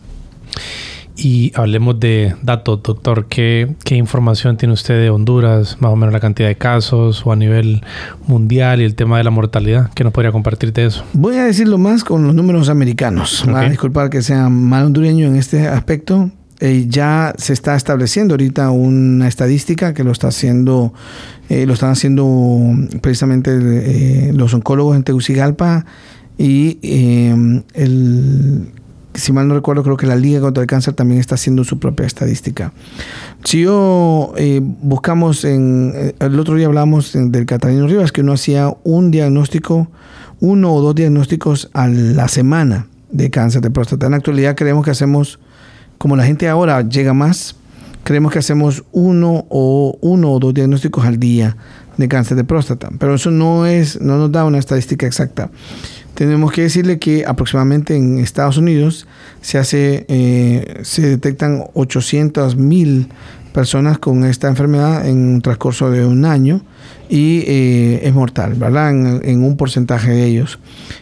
Y hablemos de datos, doctor. ¿Qué, ¿Qué información tiene usted de Honduras? Más o menos la cantidad de casos o a nivel mundial y el tema de la mortalidad. ¿Qué nos podría compartir de eso? Voy a decirlo más con los números americanos. Okay. Va a disculpar que sea mal hondureño en este aspecto. Eh, ya se está estableciendo ahorita una estadística que lo está haciendo, eh, lo están haciendo precisamente eh, los oncólogos en Tegucigalpa y eh, el... si mal no recuerdo, creo que la Liga contra el Cáncer también está haciendo su propia estadística. Si yo eh, buscamos, en el otro día hablamos del Catalino Rivas, que uno hacía un diagnóstico, uno o dos diagnósticos a la semana de cáncer de próstata. En la actualidad creemos que hacemos, como la gente ahora llega más, creemos que hacemos uno o uno o dos diagnósticos al día de cáncer de próstata. Pero eso no es, no nos da una estadística exacta. Tenemos que decirle que aproximadamente en Estados Unidos se hace, eh, se detectan ochocientas mil personas con esta enfermedad en un transcurso de un año y eh, es mortal, ¿verdad? En, en un porcentaje de ellos.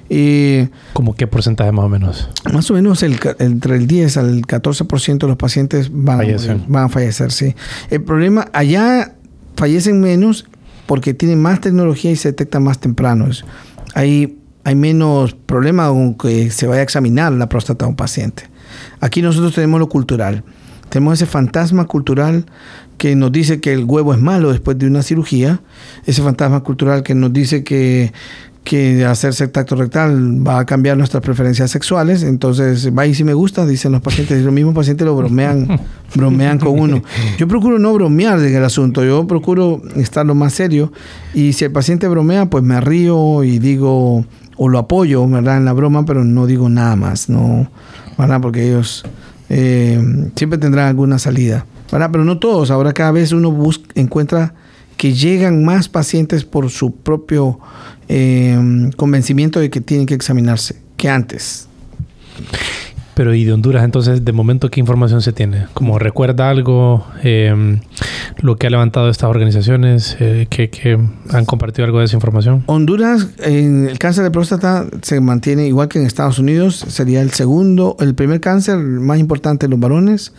Y ¿cómo qué porcentaje más o menos? Más o menos el, entre el diez al catorce por ciento de los pacientes van a, morir, van a fallecer, sí. El problema, allá fallecen menos porque tienen más tecnología y se detectan más temprano. Hay hay menos problema con que se vaya a examinar la próstata de un paciente. Aquí nosotros tenemos lo cultural. Tenemos ese fantasma cultural que nos dice que el huevo es malo después de una cirugía. Ese fantasma cultural que nos dice que, que hacerse el tacto rectal va a cambiar nuestras preferencias sexuales. Entonces, va y si me gusta, dicen los pacientes. Y los mismos pacientes lo bromean, bromean con uno. Yo procuro no bromear en el asunto. Yo procuro estar lo más serio. Y si el paciente bromea, pues me río y digo... o lo apoyo, ¿verdad? En la broma, pero no digo nada más, no, ¿verdad? Porque ellos eh, siempre tendrán alguna salida, ¿verdad? Pero no todos. Ahora cada vez uno busca, encuentra que llegan más pacientes por su propio eh, convencimiento de que tienen que examinarse que antes. Pero ¿y de Honduras entonces de momento qué información se tiene? ¿Cómo recuerda algo? Eh, ¿Lo que ha levantado estas organizaciones? Eh, ¿que, que han compartido algo de esa información? Honduras, en el cáncer de próstata se mantiene igual que en Estados Unidos. Sería el segundo, el primer cáncer más importante en los varones.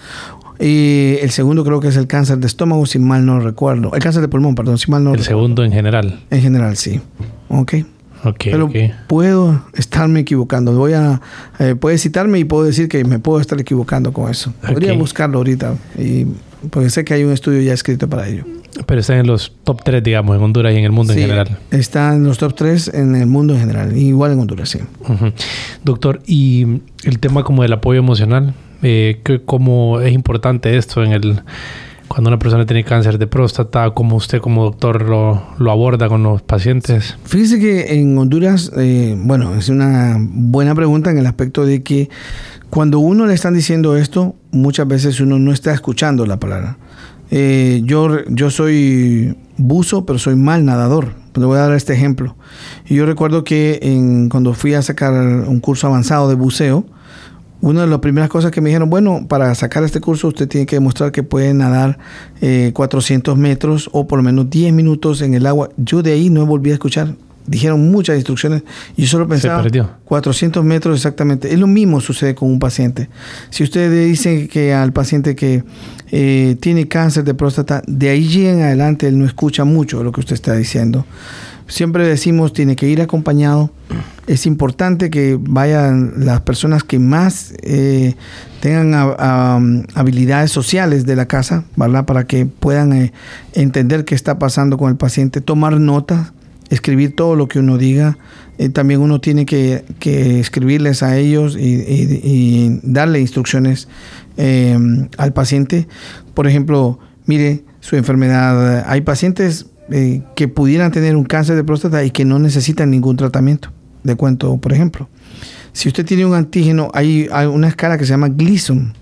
Y el segundo creo que es el cáncer de estómago, si mal no recuerdo. El cáncer de pulmón, perdón, si mal no El recuerdo. segundo en general. En general, sí. Ok. Okay, Pero okay. puedo estarme equivocando. Voy a eh, puede citarme y puedo decir que me puedo estar equivocando con eso. Podría Okay. buscarlo ahorita, y, porque sé que hay un estudio ya escrito para ello. Pero están en los top tres, digamos, en Honduras y en el mundo Sí, en general. está en los top tres en el mundo en general. Igual en Honduras, sí. Uh-huh. Doctor, y el tema como del apoyo emocional, eh, que, ¿cómo es importante esto en el... Cuando una persona tiene cáncer de próstata, cómo usted como doctor lo, lo aborda con los pacientes? Fíjese que en Honduras, eh, bueno, es una buena pregunta en el aspecto de que cuando uno le están diciendo esto, muchas veces uno no está escuchando la palabra. Eh, yo, yo soy buzo, pero soy mal nadador. Le voy a dar este ejemplo. Yo recuerdo que en, cuando fui a sacar un curso avanzado de buceo, una de las primeras cosas que me dijeron, bueno, para sacar este curso usted tiene que demostrar que puede nadar eh, cuatrocientos metros o por lo menos diez minutos en el agua. Yo de ahí no volví a escuchar. Dijeron muchas instrucciones y yo solo pensaba... Se perdió. cuatrocientos metros exactamente. Es lo mismo sucede con un paciente. Si usted le dice que al paciente que eh, tiene cáncer de próstata, de ahí en adelante él no escucha mucho lo que usted está diciendo. Siempre decimos, tiene que ir acompañado. Es importante que vayan las personas que más eh, tengan a, a, habilidades sociales de la casa, ¿verdad? Para que puedan eh, entender qué está pasando con el paciente, tomar notas, escribir todo lo que uno diga. Eh, también uno tiene que, que escribirles a ellos y, y, y darle instrucciones eh, al paciente. Por ejemplo, mire, su enfermedad. Hay pacientes eh, que pudieran tener un cáncer de próstata y que no necesitan ningún tratamiento. De cuento, por ejemplo, si usted tiene un antígeno, hay, hay una escala que se llama Gleason,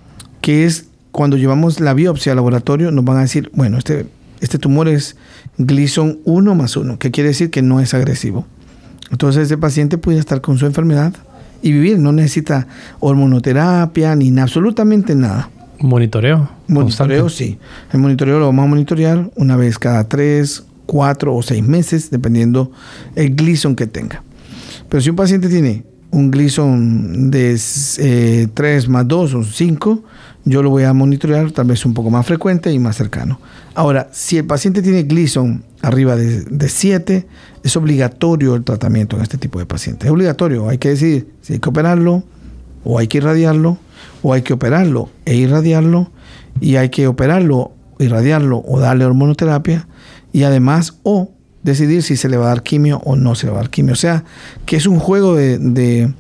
que es cuando llevamos la biopsia al laboratorio, nos van a decir, bueno, este, este tumor es Gleason uno más uno, que quiere decir que no es agresivo. Entonces, ese paciente puede estar con su enfermedad y vivir, no necesita hormonoterapia ni absolutamente nada. ¿Monitoreo? Monitoreo, constante. sí. El monitoreo lo vamos a monitorear una vez cada tres, cuatro o seis meses, dependiendo el Gleason que tenga. Pero si un paciente tiene un Gleason de eh, tres más dos o cinco, yo lo voy a monitorear tal vez un poco más frecuente y más cercano. Ahora, si el paciente tiene Gleason arriba de, de siete, es obligatorio el tratamiento en este tipo de pacientes. Es obligatorio, hay que decidir si hay que operarlo, o hay que irradiarlo, o hay que operarlo e irradiarlo, y hay que operarlo, irradiarlo o darle hormonoterapia, y además, o decidir si se le va a dar quimio o no se le va a dar quimio. O sea, que es un juego de, de,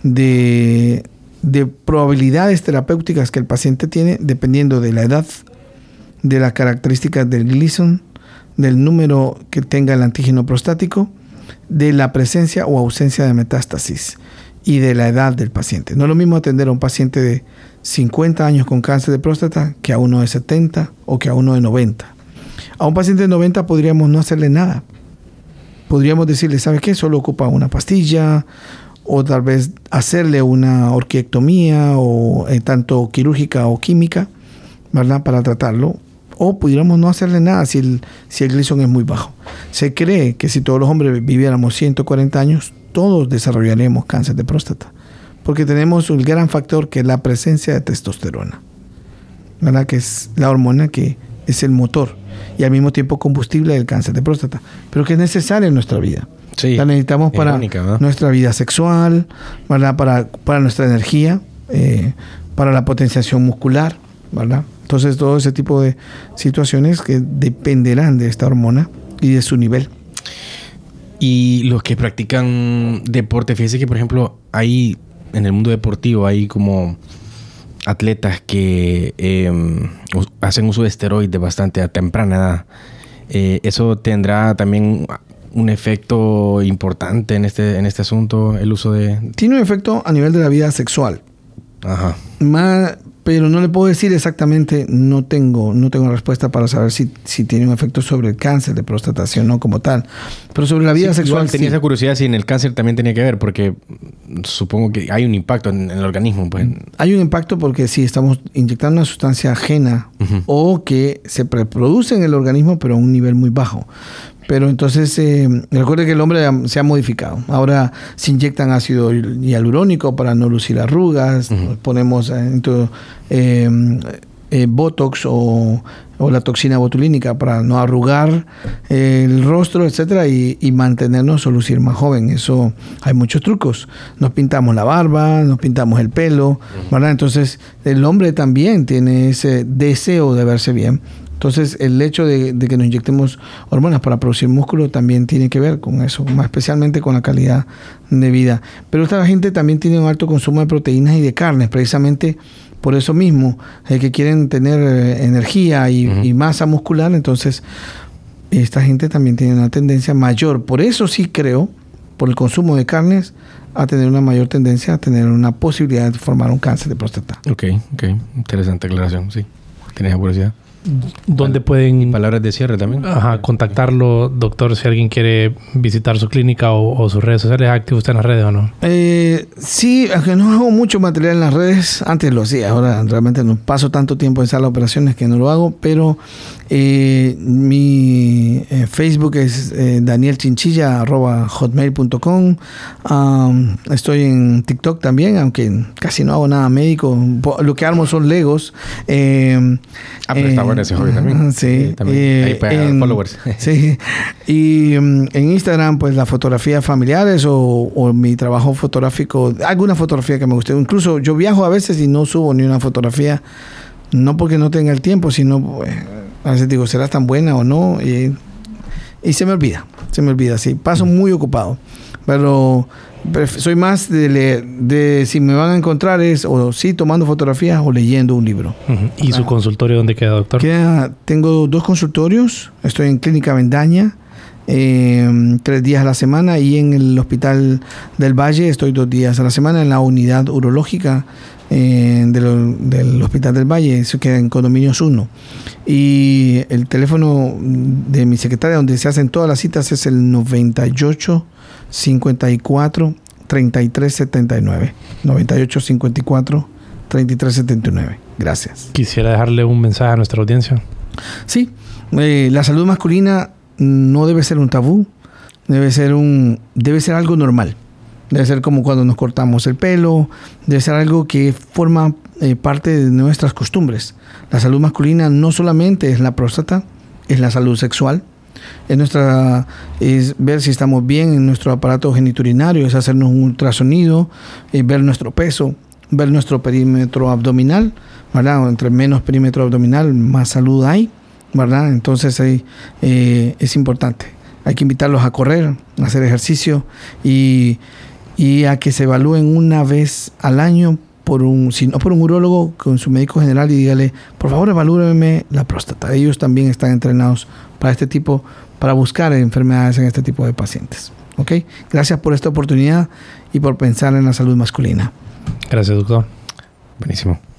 de, de probabilidades terapéuticas que el paciente tiene dependiendo de la edad, de las características del Gleason, del número que tenga el antígeno prostático, de la presencia o ausencia de metástasis y de la edad del paciente. No es lo mismo atender a un paciente de cincuenta años con cáncer de próstata que a uno de setenta o que a uno de noventa. A un paciente de noventa podríamos no hacerle nada. Podríamos decirle, ¿sabe qué? Solo ocupa una pastilla, o tal vez hacerle una orquiectomía, o eh, tanto quirúrgica o química, ¿verdad? Para tratarlo. O pudiéramos no hacerle nada si el, si el Gleason es muy bajo. Se cree que si todos los hombres viviéramos ciento cuarenta años, todos desarrollaríamos cáncer de próstata. Porque tenemos un gran factor que es la presencia de testosterona, ¿verdad? Que es la hormona que es el motor y al mismo tiempo combustible del cáncer de próstata, pero que es necesaria en nuestra vida. Sí, la necesitamos para única, nuestra vida sexual, ¿verdad? Para, para nuestra energía, eh, para la potenciación muscular, ¿verdad? Entonces, todo ese tipo de situaciones que dependerán de esta hormona y de su nivel. Y los que practican deporte, fíjese que, por ejemplo, hay en el mundo deportivo hay como atletas que eh, hacen uso de esteroides bastante a temprana edad. Eh, ¿Eso tendrá también un efecto importante en este, en este asunto, el uso de...? Tiene un efecto a nivel de la vida sexual. Ajá. Más, pero no le puedo decir exactamente, no tengo, no tengo respuesta para saber si, si tiene un efecto sobre el cáncer de próstata, sí o no como tal. Pero sobre la vida sí, sexual... Tenía sí. esa curiosidad si en el cáncer también tenía que ver, porque supongo que hay un impacto en, en el organismo. Pues. Hay un impacto porque sí, estamos inyectando una sustancia ajena uh-huh. o que se reproduce en el organismo, pero a un nivel muy bajo. Pero entonces, eh, recuerde que el hombre se ha modificado. Ahora se inyectan ácido hialurónico para no lucir arrugas. Uh-huh. Ponemos eh, eh, eh, Botox o, o la toxina botulínica para no arrugar eh, el rostro, etcétera, y, y mantenernos o lucir más joven. Eso hay muchos trucos. Nos pintamos la barba, nos pintamos el pelo, uh-huh. ¿verdad? Entonces, el hombre también tiene ese deseo de verse bien. Entonces, el hecho de, de que nos inyectemos hormonas para producir músculo también tiene que ver con eso, más especialmente con la calidad de vida. Pero esta gente también tiene un alto consumo de proteínas y de carnes, precisamente por eso mismo, eh, que quieren tener eh, energía y, uh-huh. y masa muscular. Entonces, esta gente también tiene una tendencia mayor. Por eso sí creo, por el consumo de carnes, a tener una mayor tendencia a tener una posibilidad de formar un cáncer de próstata. Ok, ok. Interesante aclaración, sí. ¿Tienes curiosidad? ¿Dónde pueden... Palabras de cierre también. Ajá, contactarlo, doctor, si alguien quiere visitar su clínica o, o sus redes sociales? ¿Es activo usted en las redes o no? Eh, sí, aunque no hago mucho material en las redes. Antes lo hacía, ahora realmente no paso tanto tiempo en sala de operaciones que no lo hago, pero eh, mi eh, Facebook es eh, daniel chinchilla arroba hotmail punto com. Um, estoy en TikTok también, aunque casi no hago nada médico. Lo que armo son Legos. Eh, ah, pero está eh, bueno ese hobby también. Sí. sí también. Eh, Ahí para en, followers. Sí. Y um, en Instagram, pues las fotografías familiares o, o mi trabajo fotográfico, alguna fotografía que me guste. Incluso yo viajo a veces y no subo ni una fotografía, no porque no tenga el tiempo, sino pues, a veces digo, ¿será tan buena o no? Y, y se me olvida, se me olvida, sí. Paso muy ocupado, pero soy más de, leer, de si me van a encontrar es o sí tomando fotografías o leyendo un libro. Uh-huh. ¿Y ah. su consultorio dónde queda, doctor? Queda, tengo dos consultorios. Estoy en Clínica Vendaña eh, tres días a la semana y en el Hospital del Valle estoy dos días a la semana en la unidad urológica eh, de lo, del Hospital del Valle. Eso queda en Condominios uno. Y el teléfono de mi secretaria donde se hacen todas las citas es el noventa y ocho cincuenta y cuatro treinta y tres setenta y nueve. noventa y ocho cincuenta y cuatro treinta y tres setenta y nueve. Gracias. Quisiera dejarle un mensaje a nuestra audiencia. Sí, eh, la salud masculina no debe ser un tabú, debe ser un, debe ser algo normal. Debe ser como cuando nos cortamos el pelo, debe ser algo que forma eh, parte de nuestras costumbres. La salud masculina no solamente es la próstata, es la salud sexual. Es, nuestra, es ver si estamos bien en nuestro aparato geniturinario, es hacernos un ultrasonido, eh, ver nuestro peso, ver nuestro perímetro abdominal, ¿verdad? Entre menos perímetro abdominal, más salud hay, ¿verdad? Entonces eh, eh, es importante. Hay que invitarlos a correr, a hacer ejercicio y, y a que se evalúen una vez al año por un, si no por un urólogo, con su médico general y dígale, por favor, evalúeme la próstata. Ellos también están entrenados para este tipo, para buscar enfermedades en este tipo de pacientes. ¿Ok? Gracias por esta oportunidad y por pensar en la salud masculina. Gracias, doctor. Buenísimo.